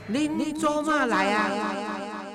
恁祖妈来啊！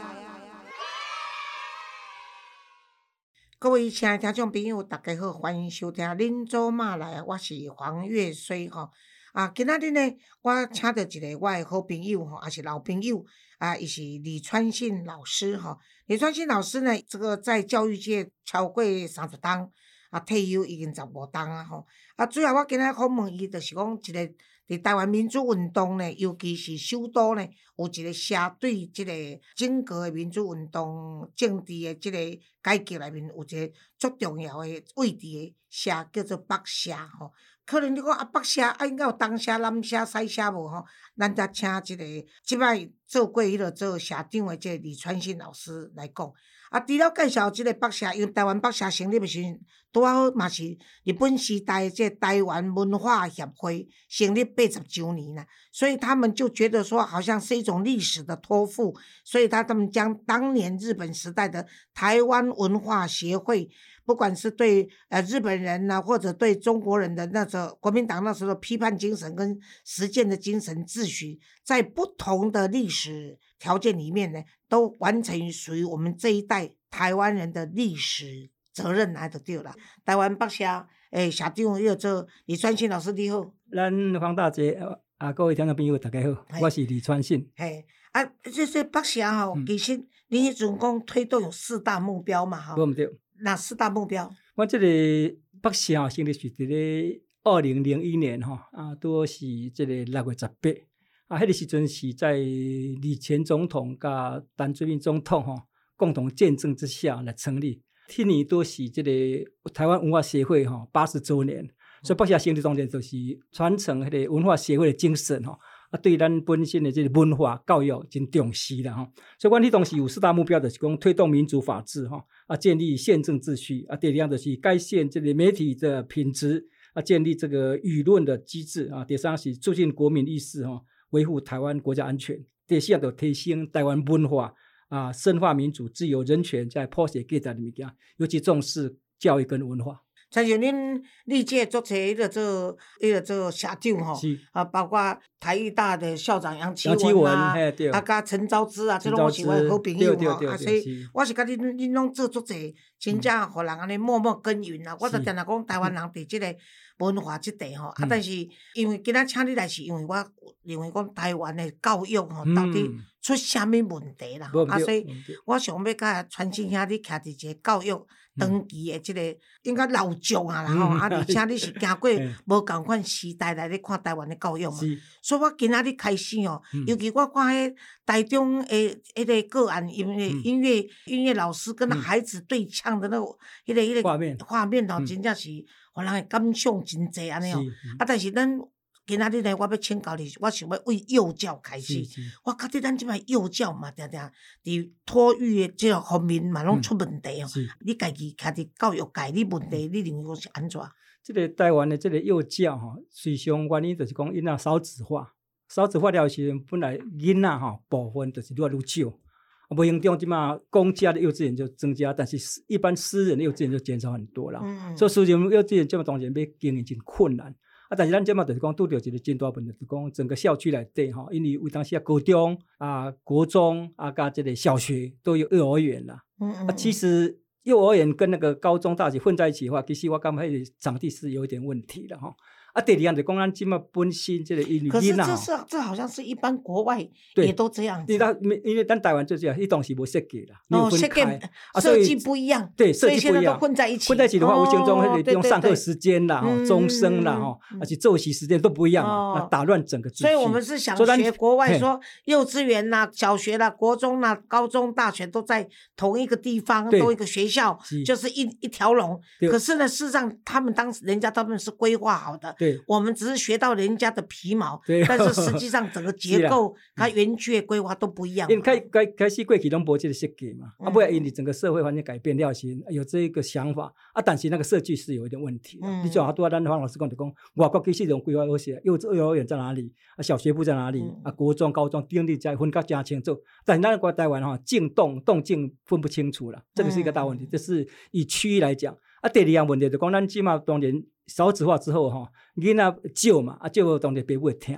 各位亲爱的听众朋友，大家好，欢迎收听《恁祖妈来》，我是黄月水吼。今仔日呢，我请到一个我的好朋友吼，也是老朋友伊是李川信老师吼。李川信老师呢，这个在教育界超过30档，退休已经15档啊吼。主要我今仔访问伊，就是讲一个伫台湾民主运动呢，尤其是首都呢，有一个社对即个整个的民主运动政治的即个改革内面，有一个足重要的位置的社，叫做北社吼。可能你讲北社应该有东社、南社、西社无吼？咱则请即摆做过迄个做社长的即个李川信老师来讲。除了介绍即个北社，因为台湾北社成立的时阵，拄好嘛是日本时代即台湾文化协会成立80周年啦，所以他们就觉得说好像是一种历史的托付，所以他们将当年日本时代的台湾文化协会，不管是对日本人啊，或者对中国人的那种国民党那时候的批判精神跟实践的精神秩序，在不同的历史条件里面呢，都完成属于我们这一代台湾人的历史责任来就对了。台湾北社社长叫做李川信老师，你好。 咱黄大姐各位听众朋友大家好，我是李川信。 这北社吼，其实你迄阵讲推动有4大目标嘛吼？ 对不对？ 哪4大目标？ 我这个北社成立是伫咧2001年吼，拄是这个6月18。迄个时阵是在李前总统甲陈水扁总统共同见证之下来成立。去年都是这个台湾文化协会80周年，所以北社成立重点就是传承迄个文化协会的精神对咱本身的这个文化教育真重视啦所以阮迄当时有4大目标，就是讲推动民主法治建立宪政秩序第2就是改善这个媒体的品质建立这个舆论的机制第3是促进国民意识维护台湾国家安全，第4就提升台湾文化深化民主、自由、人权，在普世价值的物件，尤其重视教育跟文化。 像恁历届做迄个做社长吼，包括台艺大的校长杨启文甲陈昭之这拢我是我的好朋友所以我是甲恁拢做足济，真正互人安尼默默耕耘我就定定讲台湾人伫即个文化即块但是因为今仔请你来是因为我认为讲台湾的教育到底出啥物问题啦所以我想要甲传信兄你徛伫一个教育长期的即个应该老将啦而且你是行过无共款时代来咧看台湾的教育嘛，所以我今仔日开始尤其我看迄台中的迄个个案，因为音乐老师跟孩子对唱的那个迄个画面真正是互人的感想真济安尼但是咱今仔日呢，我要请教你，我想要为幼教开始。我觉得咱即摆幼教嘛，定定伫托育的这个方面嘛，拢出问题你家己徛伫教育界，你问题你认为讲是安怎？ 这个台湾的这个幼教最常原因就是讲囡仔少子化，少子化了时本来囡仔部分就是愈来愈少，无形中即马公家的幼稚园就增加，但是一般私人的幼稚园就减少很多啦。所以私人幼稚园这么当然要经营真困难。但是咱这马就是讲拄到一个真大问题，就是讲整个校区内底因为有当时高中国中甲这个小学都有幼儿园啦。其实幼儿园跟那个高中大学混在一起的话，其实我感觉那个场地是有一点问题的第2样就讲咱即马本身这个可是这好像是一般国外也都这样子。 因为咱台湾就这样，它当时无设计啦， 设计不一样， 对，设计不一样，所以现在都混在一起。 混在一起的话，无形中用上课时间啦、钟声啦而且作息时间都不一样打乱整个秩序。 所以我们是想学国外说，幼稚园啦、小学啦、国中啦、高中、大学都在同一个地方，同一个学校，就是一条龙。可是呢，事实上他们人家是规划好的。我们只是学到人家的皮毛，但是实际上整个结构它园区的规划都不一样。 因为开始过去都没这个设计嘛不然因为整个社会环境改变了时有这个想法但是那个设计是有一点问题你就好多咱黄老师讲就讲外国其实这种规划有些幼儿园在哪里小学部在哪里国中高中定力在分得加清楚，但是咱台湾静动静分不清楚了，这个是一个大问题。这是以区域来讲第2样问题就讲咱现在当然少子化之后囡仔少嘛少当然父母会疼，父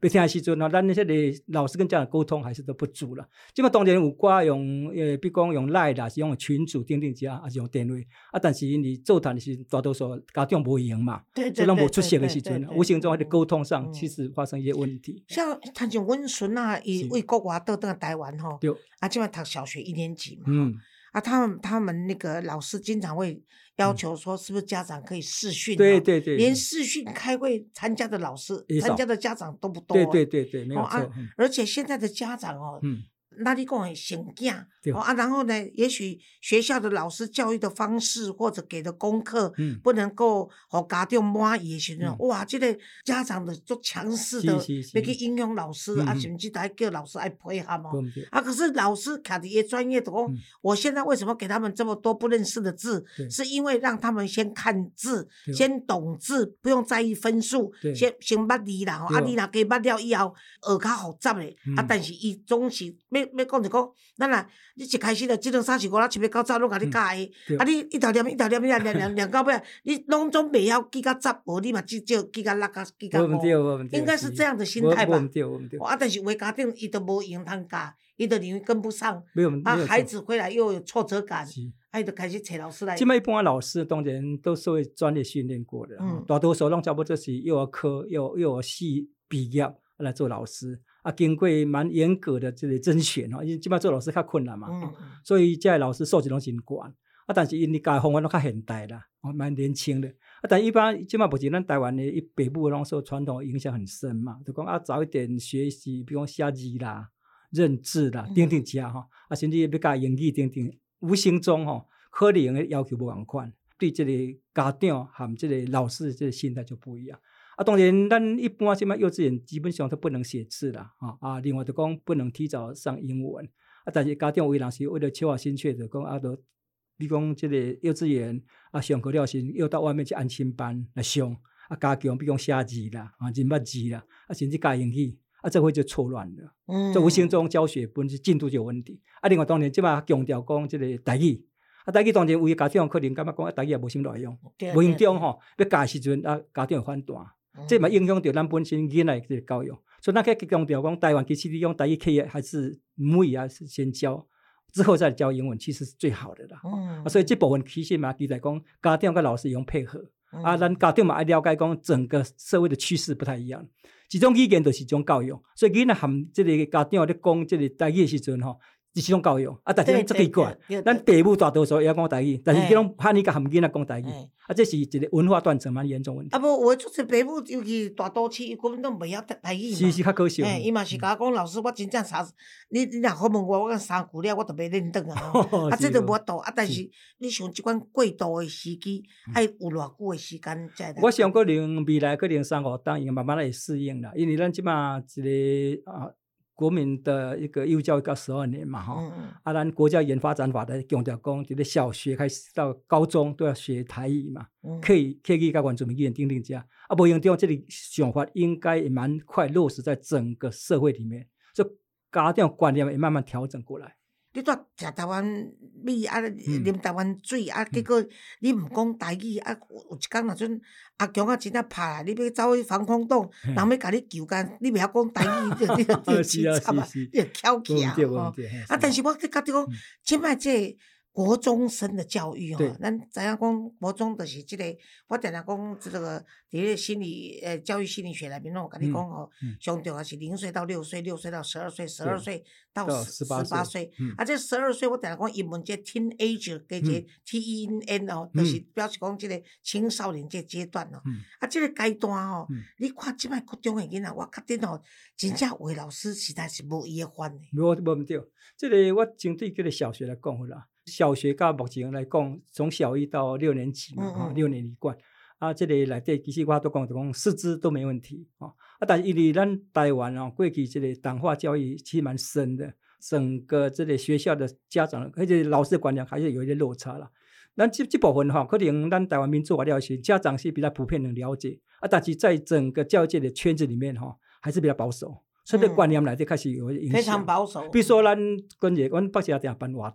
要听的时阵咱迄个老师跟家长沟通还是都不足啦。即摆当然有寡用比如讲用 LINE 啦，是用群组等等遮，还是用电话但是因为座谈的时大多数家长无闲嘛，所以咱无出席的时阵，无形中迄个沟通上其实发生一些问题。 像像阮孙啊，伊为国外倒转台湾吼，即摆读小学1年级嘛，他们那个老师经常会要求说，是不是家长可以视讯？ 对， 连视讯开会参加的老师、参加的家长都不多。 对，没有错。 而且现在的家长那你讲的成囝然后呢，也许学校的老师教育的方式或者给的功课不能够家长满意的时候，哇，这个家长的做强势的要去影响老师甚至还叫老师爱配合可是老师卡的也专业的我现在为什么给他们这么多不认识的字，是因为让他们先看字，先懂字，不用在意分数，先捌字啦你若加捌了以后学较复杂的但是伊总是要讲就讲，咱你一开始就1、2、3、4、5、6、7、8、9、10拢甲你教的你一条念念到尾你拢总袂晓记到10无你嘛至少记到6记到5，应该是这样的心态吧。但是有的家长伊都无闲通教，伊就认为跟不上孩子回来又有挫折感伊就开始找老师来。 现在一般老师当然都是专业训练过的大多数拢差不多就是幼儿科幼儿系毕业来做老师经过蛮严格的这个甄选因为现在做老师较困难嘛所以这些老师素质拢真高但是因为教的方法拢较现代啦蛮年轻的但一般现在不是咱台湾的北部拢受传统影响很深嘛，就讲早一点学习比如讲写字啦认字啦等等这甚至要教英语等等无形中可能的要求不同款，对这个家长和这个老师这个心态就不一样当然咱一般现在幼稚园基本上都不能写字啦另外就讲不能提早上英文但是家长有的人是为了求好心切就讲就比如讲这个幼稚园上课了时又到外面去安亲班来上加强比如讲写字啦认捌字啦甚至教英语这会就错乱了这无形中教学本身进度就有问题另外当然现在强调讲这个台语台语当然有的家长可能感觉讲台语也无什么内容无形中要教的时阵家长会反弹这嘛影响到咱本身囡仔的教育，所以咱可以强调讲，台湾其实你用台语课还是母语是先教，之后再教英文，其实是最好的啦。所以这部分其实嘛，期待讲家长跟老师用配合咱家长嘛爱了解讲整个社会的趋势不太一样，一种语言就是一种教育，所以囡仔和这个家长咧讲这个台语的时阵是种教育但是这奇怪咱父母大多数也要讲台语但是这种汉语甲和囡仔讲台语这是一个文化断层蛮严重问题无就是父母尤其大都市根本都袂晓台语嘛是较可惜伊嘛是甲我讲老师我真正你若好问我讲3句了我就袂认得这就无法度但是你像这款过渡的时期要有偌久的时间才我想可能未来可能3-5当慢慢来适应啦因为咱现在一个国民的一个幼教到12年嘛咱国家语言发展法的强调讲就是小学开始到高中都要学台语嘛客语甲原住民语言等等这无形中这个想法应该也蛮快落实在整个社会里面所以家长观念也慢慢调整过来你蹛食台湾米啉台湾水结果你毋讲台语有一天若阵阿强真正拍来你要走去防空洞人要甲你救干你袂晓讲台语你就惨你就翘起但是我觉得讲现在这国中生的教育咱知影讲国中就是这个我常常讲这个伫咧心理教育心理学内面我跟你讲上重要是0岁到6岁6岁到12岁12岁到18岁这12岁我常常讲英文这 teenager 跟这 TEN 就是表示讲这个青少年这阶段这个阶段你看现在国中的囡仔我确定真正有的老师实在是无伊的范的无对这个我针对这个小学来讲好啦小学到目前来讲从小1到6年级嘛6年一贯这个内底其实我都讲师资都没问题但是因为咱台湾过去这个党化教育其实蛮深的整个这个学校的家长而且老师的观念还是有一些落差啦咱这部分可能咱台湾民主化了解家长是比较普遍能了解但是在整个教育界的圈子里面还是比较保守所以这观念内底开始有影响， 非常保守。 比如说咱跟阮北市定办活动，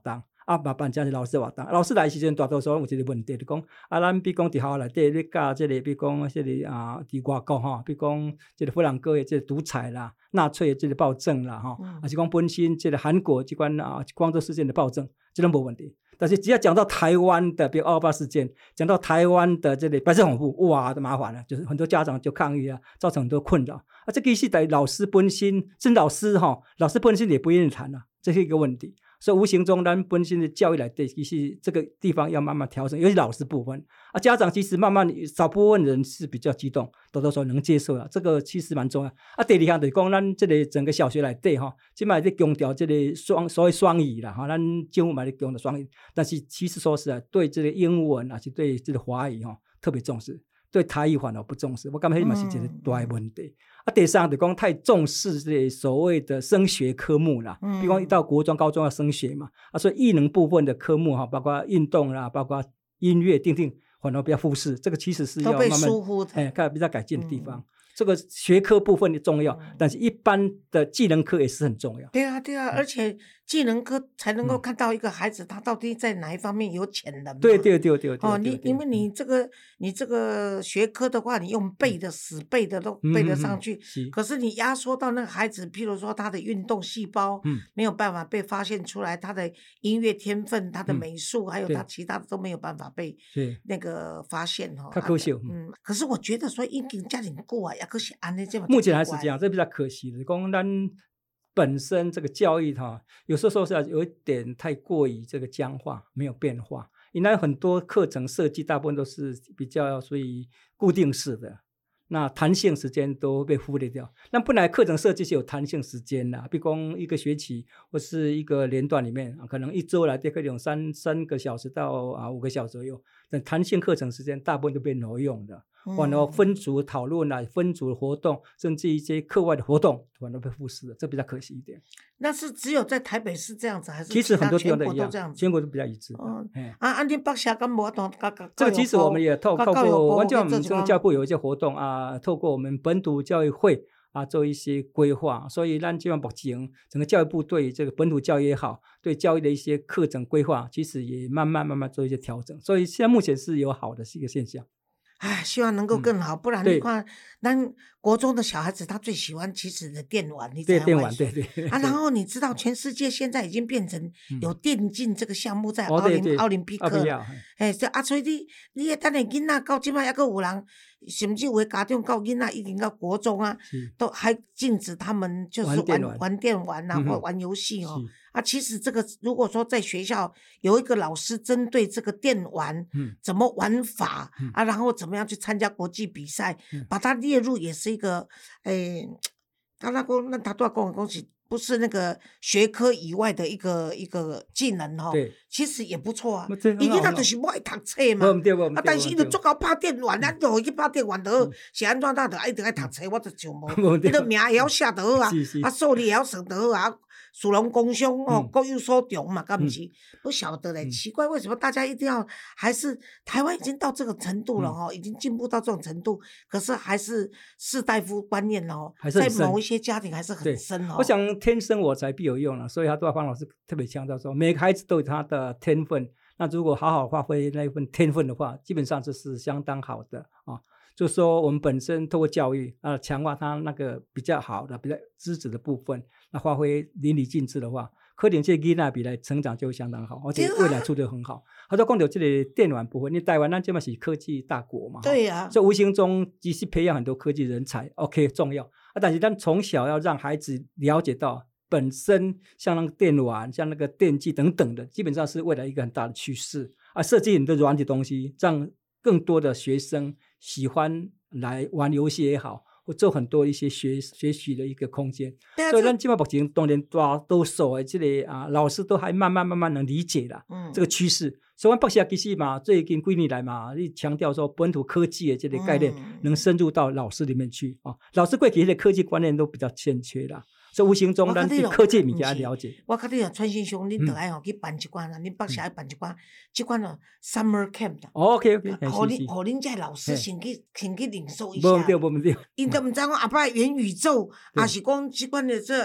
嘛办这是老师活动，老师来的时阵大多数有一个问题，就讲咱比如讲伫学校内底咧教这个，比如讲这个伫外国吼，比如讲这个弗朗哥的这个独裁啦、纳粹的这个暴政啦吼，还是讲本身这个韩国这款光州事件的暴政，这拢无问题。但是只要讲到台湾的，比如228事件，讲到台湾的这类白色恐怖，哇，就麻烦了，就是很多家长就抗议啊，造成很多困扰啊。这个是在老师本身，真老师老师本身也不愿意谈啊，这是一个问题。所以无形中咱本身的教育来对，其实这个地方要慢慢调整，尤其老师部分啊，家长其实慢慢少部分人是比较激动，多少能接受啊，这个其实蛮重要啊。第二项就是讲咱这个整个小学来对现在在强调这个所谓双语啦咱政府嘛在强调双语，但是其实说实在对这个英文还是对这个华语特别重视，对台语反而不重视，我感觉那嘛是一个大的问题。第三就是讲太重视这所谓的升学科目啦，比如讲一到国中、高中要升学嘛，所以艺能部分的科目包括运动啦，包括音乐等等，反而比较忽视，这个其实是要慢慢疏忽的， 比较改进的地方。这个学科部分的重要，但是一般的技能科也是很重要。 对啊，而且技能科才能够看到一个孩子他到底在哪一方面有潜能嘛。 对。 因为你这个学科的话，你用背的死背的都背得上去，可是你压缩到那个孩子，譬如说他的运动细胞没有办法被发现出来，他的音乐天分、他的美术还有他其他的都没有办法被那个发现太可惜。 可是我觉得说已经家庭过啊，可是目前还是这样，这比较可惜的。讲咱本身这个教育有时候是有一点太过于这个僵化，没有变化。因为很多课程设计大部分都是比较属于固定式的，那弹性时间都被忽略掉。那本来课程设计是有弹性时间的，比如说一个学期或是一个年段里面可能一周来可以用3个小时到5个小时左右，但弹性课程时间大部分都被挪用的。反而分组讨论分组活动，甚至一些课外的活动反而被忽视了，这比较可惜一点。 那是只有在台北市这样子，还是其实很多地方都一样， 这样子？ 全国都比较一致。 你北社敢无同这个其实我们也透过我们教育部有一些活动透过我们本土教育会做一些规划，所以咱基本上目前整个教育部对这个本土教育也好，对教育的一些课程规划，其实也慢慢做一些调整，所以现在目前是有好的一个现象。 希望能够更好，不然你看，咱国中的小孩子他最喜欢其实的电玩，你知道吗？ 电玩，对。 然后你知道全世界现在已经变成有电竞这个项目在奥林匹克，所以你的等下囡仔到现在还有人，甚至有的家长到囡仔已经到国中都还禁止他们就是玩电玩或玩游戏其实这个如果说在学校有一个老师针对这个电玩怎么玩法然后怎么样去参加国际比赛，把它列入也是一个他都要跟我讲是不是那个学科以外的一个技能其实也不错啊。伊囡仔就是不爱读册嘛，但是伊就足够拍电玩，咱就去拍电玩就好，是安怎就一直爱读册，我就想无，伊个名也要写得好数理也要算得好属龙工商各有所长嘛，敢不是？不晓得嘞，奇怪为什么大家一定要还是台湾已经到这个程度了已经进步到这种程度，可是还是士大夫观念在某一些家庭还是很深我想天生我材必有用了，所以杜芳老师特别强调说，每个孩子都有他的天分，那如果好好发挥那一份天分的话，基本上这是相当好的就是说我们本身透过教育强化他那个比较好的比较资质的部分，那发挥淋漓尽致的话，可能这囡仔比来成长就会相当好，而且未来出得很好。他说讲到这个电玩部分，因为台湾咱这嘛是科技大国嘛， 对呀， 所以无形中即使培养很多科技人才 OK 重要但是咱从小要让孩子了解到本身像那个电玩像那个电技等等的，基本上是未来一个很大的趋势设计很多软体东西，让更多的学生喜欢来玩游戏也好，或做很多一些学习的一个空间。所以咱现在目前当然大多数的这个老师都还慢慢能理解啦这个趋势。所以我们北社其实嘛最近几年来嘛你强调说本土科技的这个概念能深入到老师里面去老师过去的科技观念都比较欠缺啦所以无形中咱对科技物件了解。 我甲你传讯上，恁着爱去办一关啦，恁北社爱办一关，即关summer camp 啦。 OK， 互恁这老师先去领受一下。 无对。 因都毋知讲后摆元宇宙，也是讲即款的这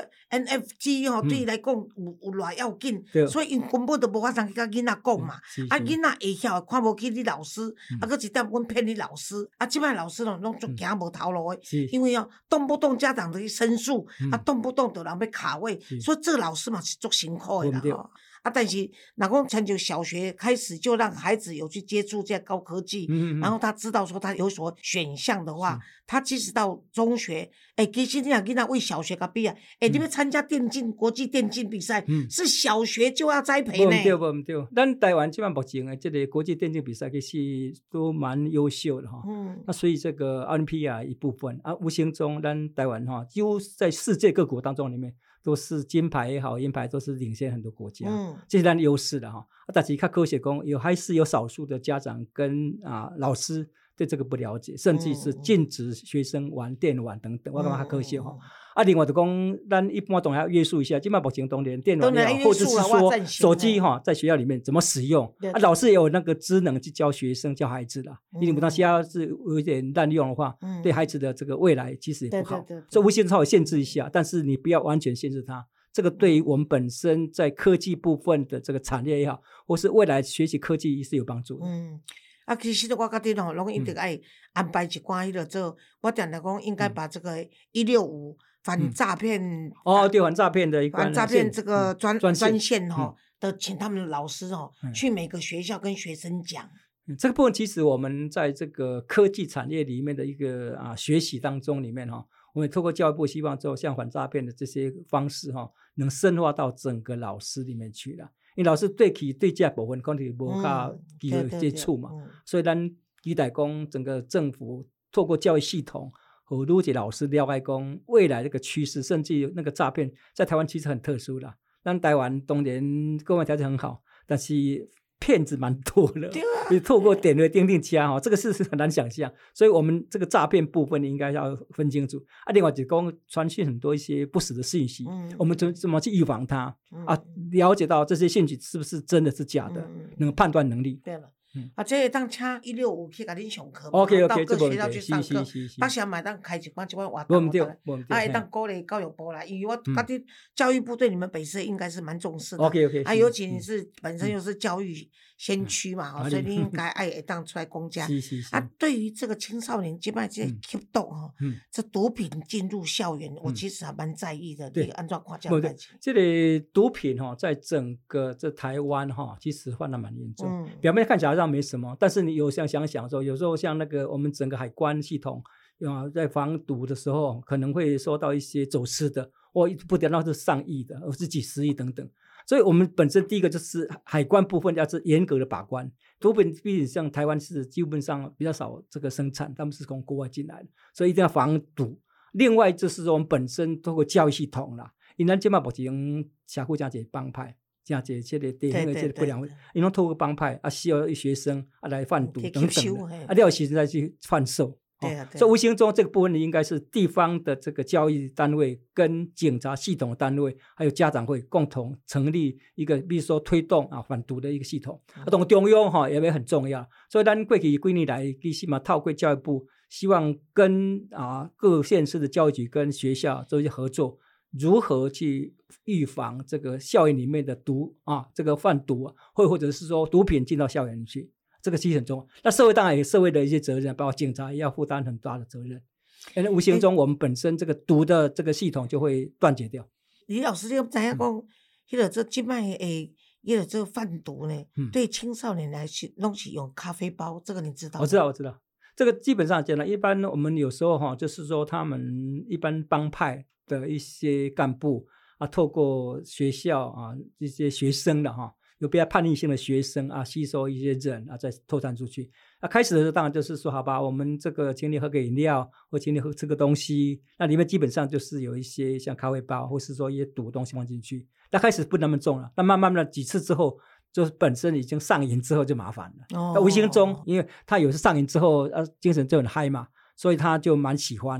NFT 吼，对伊来讲有偌要紧，所以因根本都无法通去甲囡仔讲嘛。囡仔会晓看无起你老师，佫一点阮骗你老师，即摆老师拢足行无头路的，因为动不动家长就去申诉，动不动就人要卡位，所以这个老师嘛是足辛苦的啦吼。但是若讲从就小学开始就让孩子有去接触这高科技，然后他知道说他有所选项的话，他即使到中学，其实你若囡仔为小学甲毕业，你要参加国际电竞比赛，是小学就要栽培呢。 无对，咱台湾即摆目前的这个国际电竞比赛其实都蛮优秀的哈。那所以这个奥林匹亚一部分无形中咱台湾几乎在世界各国当中里面。都是金牌也好，银牌都是领先很多国家，这是咱的优势的哈。但是较可惜讲，还是有少数的家长跟老师对这个不了解，甚至是禁止学生玩电玩等等，我感觉较可惜哈。另外就讲，咱一般当然要约束一下，现在目前当然电玩也好，或者是说手机在学校里面怎么使用，老师也有那个职能去教学生、教孩子啦。因为不当学校是有一点滥用的话，对孩子的这个未来其实也不好。所以无限稍微限制一下，但是你不要完全限制它。这个对于我们本身在科技部分的这个产业也好，或是未来学习科技是有帮助的。 其实我甲恁拢一定爱安排一关做，我定来讲应该把这个165反诈骗对反诈骗的一个反诈骗这个专线的，请他们的老师去每个学校跟学生讲。 这个部分其实我们在这个科技产业里面的一个学习当中里面我们透过教育部希望做像反诈骗的这些方式能深化到整个老师里面去了。因为老师对这部分可能无较机会接触嘛，所以咱期待讲整个政府透过教育系统和愈多老师了解讲未来这个趋势，甚至那个诈骗在台湾其实很特殊啦。咱台湾当然各方面条件很好，但是骗子蛮多的，你透过点对钉掐这个是很难想象，所以我们这个诈骗部分应该要分清楚另外就是讲传讯很多一些不实的信息，我们怎么去预防它了解到这些信息是不是真的是假的，能判断能力。 对了。这会当请165去甲恁上课 ，OK， 到各学校去上课，北社嘛当开一关活动，会当鼓励教育部啦，因为我觉得教育部对你们北市应该是蛮重视的 ，OK， 尤其你是本身又是教育先驱嘛，所以你应该会当出来讲价。对于这个青少年现在这吸毒这毒品进入校园，我其实还蛮在意的。你按照看这样事情， 这个毒品在整个这台湾其实犯得蛮严重，表面看起来好像没什么，但是你有想说，有时候像那个我们整个海关系统在防毒的时候，可能会收到一些走私的，不得到是上亿的，而是几十亿等等。所以我们本身第一个就是海关部分要是严格的把关，毒品毕竟像台湾是基本上比较少这个生产，他们是从国外进来的，所以一定要防毒。另外就是说我们本身透过教育系统啦，因为咱现在目前社会真侪帮派，真侪这个地方的这个不良，因为透过帮派需要学生来贩毒等等的，了时再去贩售。所以无形中这个部分应该是地方的这个教育单位跟警察系统的单位还有家长会共同成立一个比如说推动反毒的一个系统，中央也很重要。所以咱过去几年来其实嘛透过教育部希望跟各县市的教育局跟学校做一些合作，如何去预防这个校园里面的这个贩毒或者是说毒品进到校园里去，这个其实很重要。那社会当然有社会的一些责任，包括警察也要负担很大的责任，因为无形中我们本身这个毒的这个系统就会断绝掉。 李老师，你知影讲迄个这现在迄个这贩毒呢，对青少年来说拢是用咖啡包，这个你知道吗？ 我知道，这个基本上讲了，一般我们有时候就是说他们一般帮派的一些干部透过学校这些学生的有比较叛逆性的学生吸收一些人再拓展出去。开始的时候当然就是说好吧，我们这个请你喝个饮料或请你吃个东西，那里面基本上就是有一些像咖啡包或是说一些毒的东西放进去。那开始不那么重了，那慢慢的几次之后就是本身已经上瘾之后就麻烦了。那无形中因为他有时上瘾之后精神就很嗨嘛，所以他就蛮喜欢的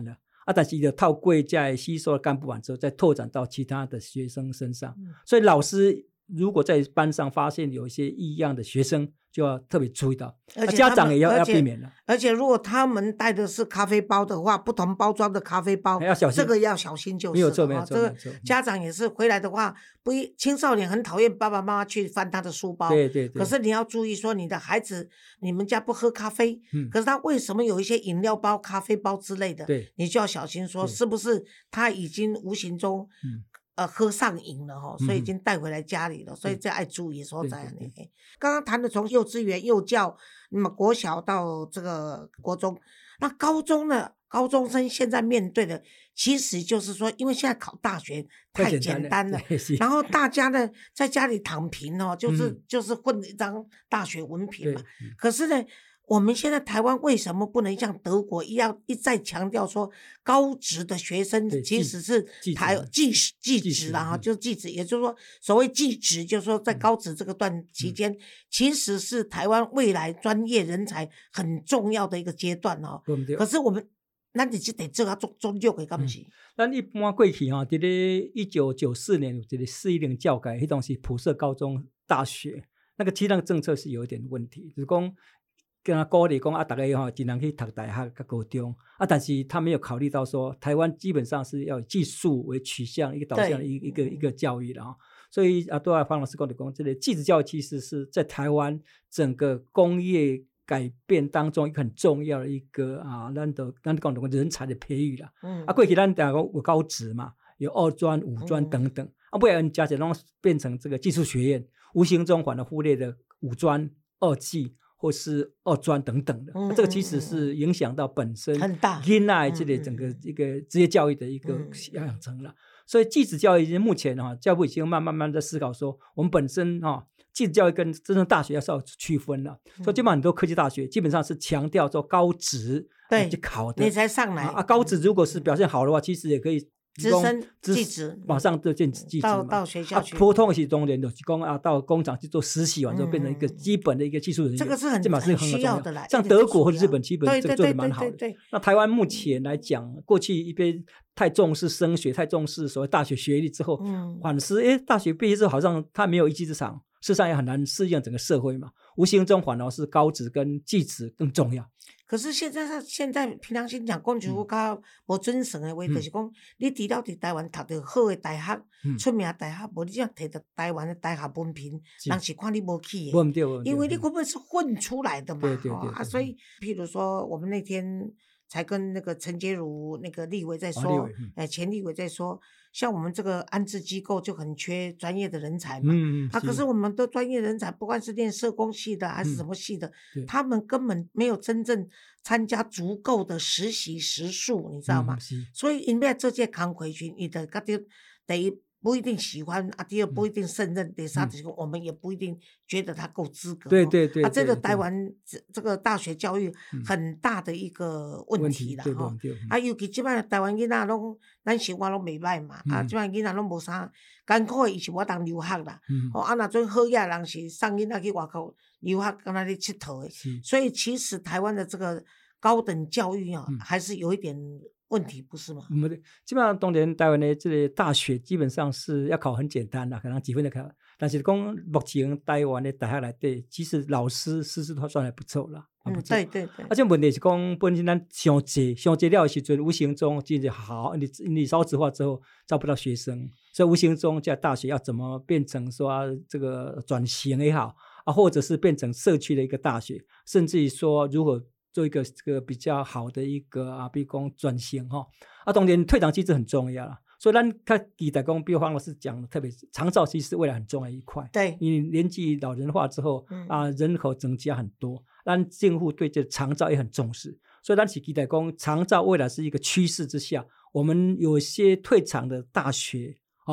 但是就透过在吸收了干部完之后，再拓展到其他的学生身上。所以老师如果在班上发现有一些异样的学生，就要特别注意到，家长也要避免了。 而且如果他们带的是咖啡包的话，不同包装的咖啡包， 要小心， 这个要小心就是。 没有错，没有错。 这个家长也是回来的话，青少年很讨厌爸爸妈妈去翻他的书包， 对对对。 可是你要注意说，你的孩子，你们家不喝咖啡，可是他为什么有一些饮料包、咖啡包之类的？对，你就要小心说，是不是他已经无形中喝上瘾了所以已经带回来家里了，所以这爱注意所在。刚刚谈的从幼稚园、幼教，那么国小到这个国中，那高中呢？高中生现在面对的，其实就是说，因为现在考大学太简单了，然后大家呢在家里躺平就是混一张大学文凭嘛。可是呢，我们现在台湾为什么不能像德国一样一再强调说，高职的学生其实是技职啦就是技职，也就是说所谓技职，就是说在高职这个段期间，其实是台湾未来专业人才很重要的一个阶段可是我们咱伫这地做啊足弱的，敢不是？ 咱一般过去伫咧1994年有一个410教改，迄当时普设高中大学，那个其实那个政策是有一点问题，就是讲跟他鼓励讲大家尽量去读大学跟高中但是他没有考虑到说，台湾基本上是要以技术为取向一个导向的一个教育的所以对方老师讲的这个技职教育其实是在台湾整个工业改变当中一个很重要的一个咱讲的人才的培育啦。过去咱有高职嘛，有二专、五专等等不然加起来变成这个技术学院，无形中反而忽略了五专、二技或是二专等等的，这个其实是影响到本身很大现在这里整个一个职业教育的一个养成了。所以技职教育目前教育部已经慢慢在思考说，我们本身技职教育跟真正大学要稍微区分了。所以基本上很多科技大学基本上是强调做高职去考的， 你才上来高职如果是表现好的话，其实也可以直升技职， 马上就进技职到学校去。 普通的是中年就是讲到工厂去做实习完之后，变成一个基本的一个技术人员， 这个是很需要的啦。 像德国或者日本基本这个做的蛮好的。那台湾目前来讲，过去一边太重视升学，太重视所谓大学学历之后，反是大学毕业之后好像他没有一技之长，事实上也很难适应整个社会嘛。无形中反而是高职跟技职更重要。 可是现在平常心讲，讲句较无准绳的话，就是讲你除了伫台湾读到好的大学，出名的大学，无你这样摕到台湾的大学文凭，人是看你无起的，因为你根本是混出来的嘛。所以譬如说我们那天才跟那个陈洁如那个立委在说，前立委在说，像我们这个安置机构就很缺专业的人才嘛，可是我们的专业人才，不管是念社工系的还是什么系的，他们根本没有真正参加足够的实习时数，你知道吗？所以因为这届工回去，你的第一不一定喜欢第二不一定胜任，第三我们也不一定觉得他够资格。对，这个台湾这个大学教育很大的一个问题啦尤其现在台湾囡仔拢咱生活拢袂歹嘛现在囡仔拢无啥艰苦的，伊是我当留学啦若准好野人是送囡仔去外口留学，敢若咧佚佗的，所以其实台湾的这个高等教育还是有一点问题，不是吗？ 基本上当然台湾的这个大学基本上是要考很简单啦，可能几分就考，但是讲目前台湾的大学内底，其实老师师资都算还不错啦。 对。 而且问题是讲本身咱伤济了的时阵，无形中就是好，你少子化之后招不到学生，所以无形中在大学要怎么变成说这个转型也好或者是变成社区的一个大学，甚至于说如何做一个这个比较好的一个比如说转型当然退场机制很重要啦。所以咱较期待讲，比如方老师讲的特别长照其实是未来很重要的一块。对，因为年纪老人化之后人口增加很多，咱政府对这长照也很重视，所以咱是期待讲长照未来是一个趋势之下，我们有些退场的大学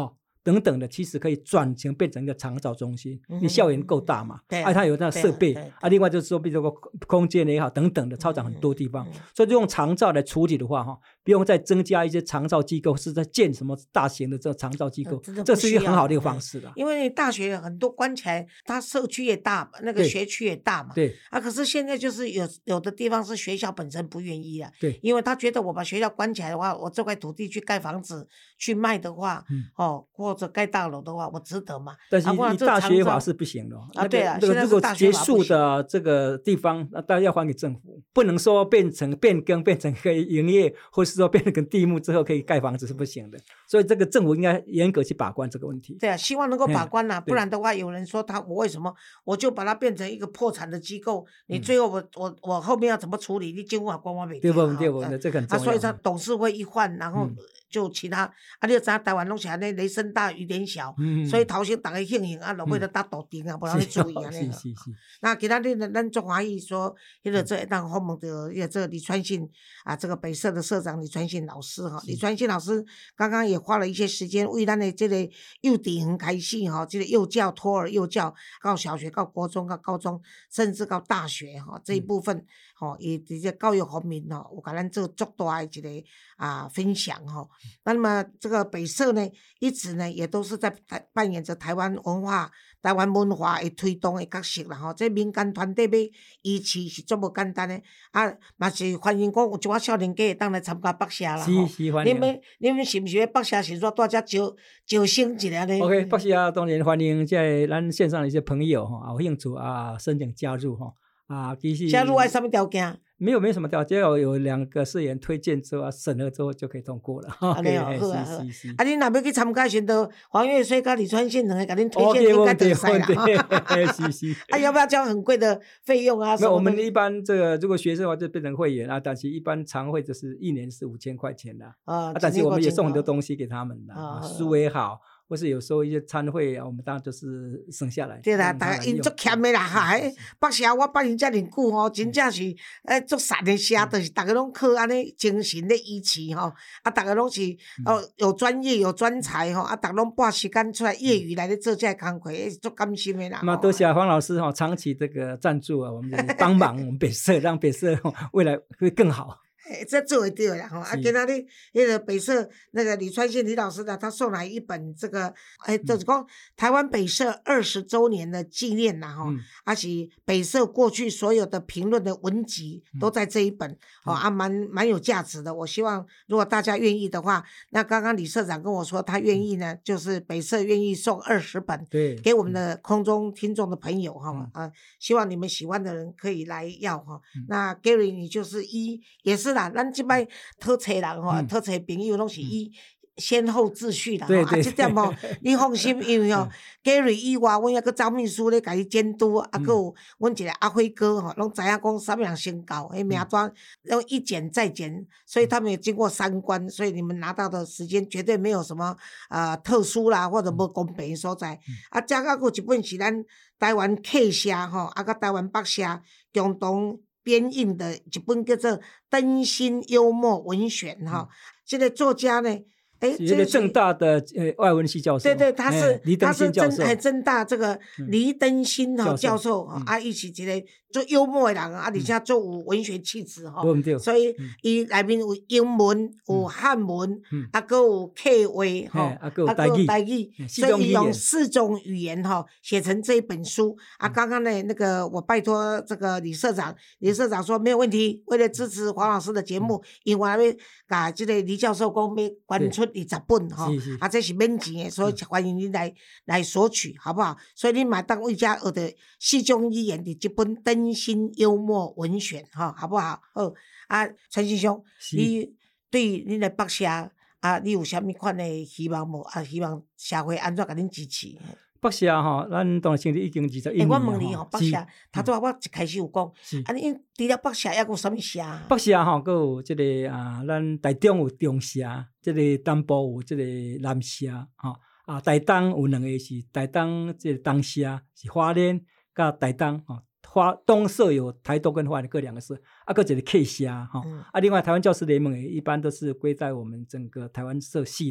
等等的，其实可以转型变成一个长照中心。你校园够大嘛？ 对啊， 它有那设备啊， 另外就是说，比如说空间也好，等等的，操场很多地方，所以用长照来处理的话，不用再增加一些长照机构，是在建什么大型的这个长照机构，这是一个很好的一个方式的。 因为大学很多关起来，它社区也大，那个学区也大嘛。 对啊， 可是现在就是有的地方是学校本身不愿意啊， 对， 因为他觉得我把学校关起来的话，我这块土地去盖房子去卖的话，或者盖大楼的话，我值得嘛？ 但是以大学法是不行的啊。 对啊， 如果结束的这个地方，那当然要还给政府，不能说变更变成可以营业，或是说变成地目之后可以盖房子是不行的。所以这个政府应该严格去把关这个问题。 对啊，希望能够把关啊，不然的话，有人说我为什么我就把它变成一个破产的机构？你最后我后面要怎么处理？你政府也管我不对不？这个很重要。 所以他董事会一换，然后就其他你就知道台湾拢是安尼雷声大雨点小，所以头先大家庆幸落尾就打赌丁啊，无人去注意安尼。那其他咱足欢喜说，这会当访问到这个李传信这个北社的社长李传信老师李传信老师刚刚也花了一些时间为咱的这个幼稚园开始这个幼教托儿幼教到小学到国中到高中甚至到大学这一部分也直接教育方面有给咱做足大的一个分享那么这个北社呢一直呢也都是在扮演着台湾文化的推动的角色啦这民间团体要支持是足无简单的嘛是欢迎讲有一寡少年家会当来参加北社啦是欢迎。 你们是不是北社是说大家招生一下呢 ？OK， 北社当然欢迎在咱线上的一些朋友有兴趣申请加入其实加入要什么条件？ 没有什么条件，有2个社员推荐之后审核之后就可以通过了。 好你若要去参加选择黄月水跟李传信两个给您推荐应该得使啦。要不要交很贵的费用啊？ 我们一般这个如果学生的话就变成会员但是一般常会就是1年是5000块钱的但是我们也送很多东西给他们的书也好。或是有时候一些餐会我们当然就是省下来。 对啦，大家因足欠的啦北社我捌因遮尔久真正是足善的社，就是大家拢靠安尼精神的支持大家拢是有专业有专才大家拢拨时间出来业余来咧做这工课，足甘心的啦。 那多谢黄老师长期这个赞助我们帮忙我们北社，让北社未来会更好。 这做会到啦今仔日那个北社那个李传信李老师呢，他送来一本这个就是讲台湾北社20周年的纪念啦是北社过去所有的评论的文集都在这一本蛮有价值的。我希望如果大家愿意的话，那刚刚李社长跟我说他愿意呢，就是北社愿意送20本对给我们的空中听众的朋友希望你们喜欢的人可以来要那 Gary 你就是也是咱这摆讨找人讨找朋友拢是先后秩序啦这点你放心，因为Gary 以外阮还佫张秘书咧甲伊监督还佫有阮一个阿辉哥拢知影讲啥物人先到名单拢一检再检，所以他们也经过3关，所以你们拿到的时间绝对没有什么特殊啦或者不公平的所在遮还佫有一本是咱台湾客社佮台湾北社共同编印的一本叫做《灯芯幽默文选》这个作家呢这个政大的外文系教授， 对，他是政大这个黎登新教授伊是一个做幽默的人而且做有文学气质所以伊内面有英文有汉文还有客话还有台语所以用4种语言写成这一本书刚刚呢那个我拜托这个李社长说没有问题，为了支持黄老师的节目因为要把这个李教授讲要捐出20本这是免钱的，所以欢迎你来索取好不好？所以你嘛当为家学的4种语言的这本灯芯幽默文选好不好？陈先生你对你的北社你有啥物款的希望无希望社会安怎甲恁支持？ 北社咱当然成立已经21年我问你北社头拄我一开始有讲你除了北社还有啥物社？ 北社还有这个咱台中有中社，这个南部有这个南社台东有2个是台东这个东社，是花莲甲台东东社有台东跟花莲各2个社还有一个客社另外台湾教师联盟也一般都是归在我们整个台湾社系列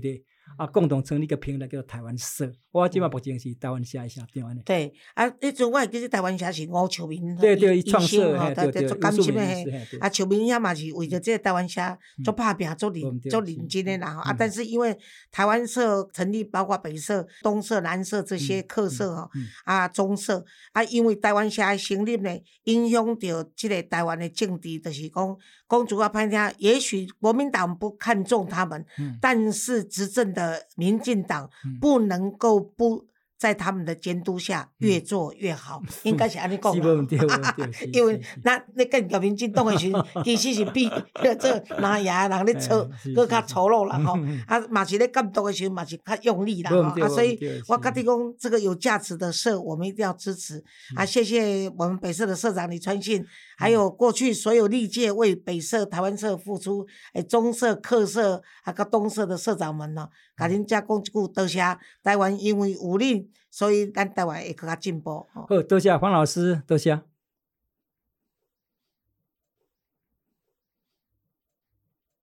共同成立一个平台叫做台湾社。我即摆目前是台湾社的社长安尼。 对，迄阵我会记得台湾社是吴秋明对对， 医创社生对足甘心的嘿。 嘿。 秋明遐嘛是为着这个台湾社足拍拼、足认真的啦但是因为台湾社成立，包括北社、东社、南社这些客社中社因为台湾社的成立呢，影响到这个台湾的政治，就是讲主要歹听，也许国民党不看重他们，但是执政的民进党不能够不在他们的监督下越做越好，应该是安尼讲啦。因为你跟国民进党的时候，其实是比这拿牙人咧操，搁较粗鲁啦吼。嘛是咧监督的时候，嘛是较用力啦吼。所以我跟你讲，这个有价值的社，我们一定要支持。谢谢我们北社的社长李传信，还有过去所有历届为北社、台湾社付出，中社、客社甲东社的社长们甲恁遮讲一句多谢。台湾因为有恁，所以咱台湾会更加进步。 好，多谢黄老师，多谢。